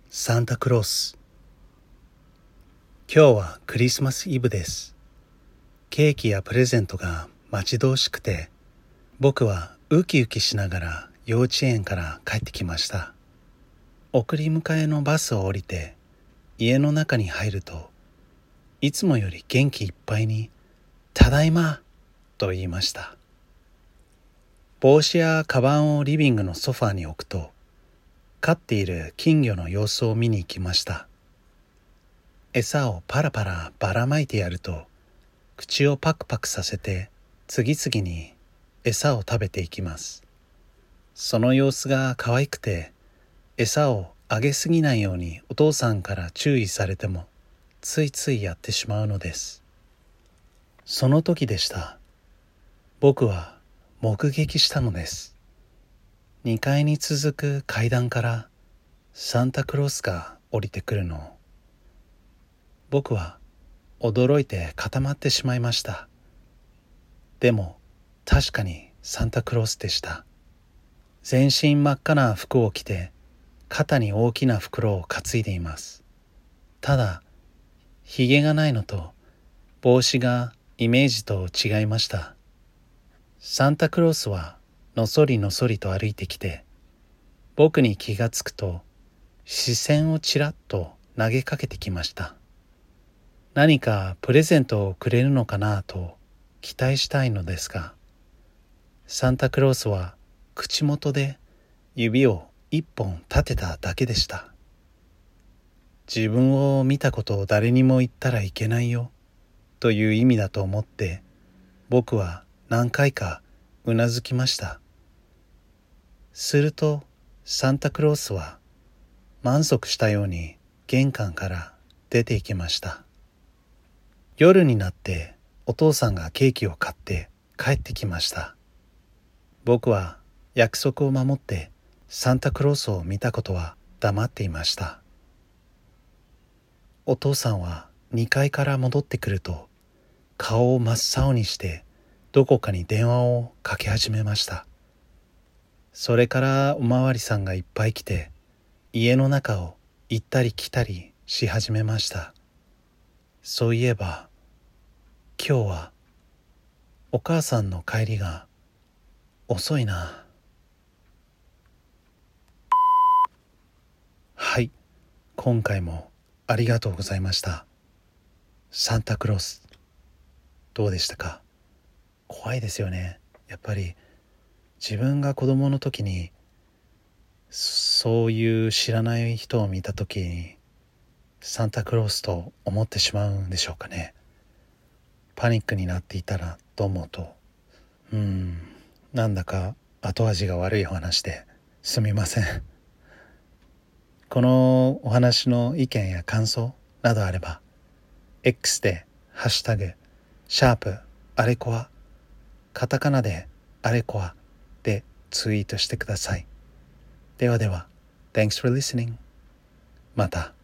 サンタクロース。今日はクリスマスイブです。ケーキやプレゼントが待ち遠しくて、僕はウキウキしながら幼稚園から帰ってきました。送り迎えのバスを降りて家の中に入ると、いつもより元気いっぱいにただいまと言いました。帽子やカバンをリビングのソファーに置くと、飼っている金魚の様子を見に行きました。餌をパラパラばらまいてやると、口をパクパクさせて次々に餌を食べていきます。その様子が可愛くて、餌をあげすぎないようにお父さんから注意されてもついついやってしまうのです。その時でした。僕は目撃したのです。2階に続く階段からサンタクロースが降りてくるのを、僕は驚いて固まってしまいました。でも確かにサンタクロースでした。全身真っ赤な服を着て、肩に大きな袋を担いでいます。ただひげがないのと帽子がイメージと違いました。サンタクロースはのそりのそりと歩いてきて、僕に気がつくと視線をちらっと投げかけてきました。何かプレゼントをくれるのかなと期待したいのですが、サンタクロースは口元で指を一本立てただけでした。自分を見たことを誰にも言ったらいけないよという意味だと思って、僕は何回かうなずきました。するとサンタクロースは満足したように玄関から出て行きました。夜になってお父さんがケーキを買って帰ってきました。僕は約束を守ってサンタクロースを見たことは黙っていました。お父さんは2階から戻ってくると、顔を真っ青にしてどこかに電話をかけ始めました。それからおまわりさんがいっぱい来て、家の中を行ったり来たりし始めました。そういえば今日はお母さんの帰りが遅いな。はい、今回もありがとうございました。サンタクロース、どうでしたか？怖いですよね。やっぱり自分が子供の時にそういう知らない人を見た時にサンタクロースと思ってしまうんでしょうかね。パニックになっていたらと思うと、なんだか後味が悪いお話ですみません。このお話の意見や感想などあれば X でハッシュタグあれこわ、カタカナであれこわでツイートしてください。ではでは、Thanks for listening。また。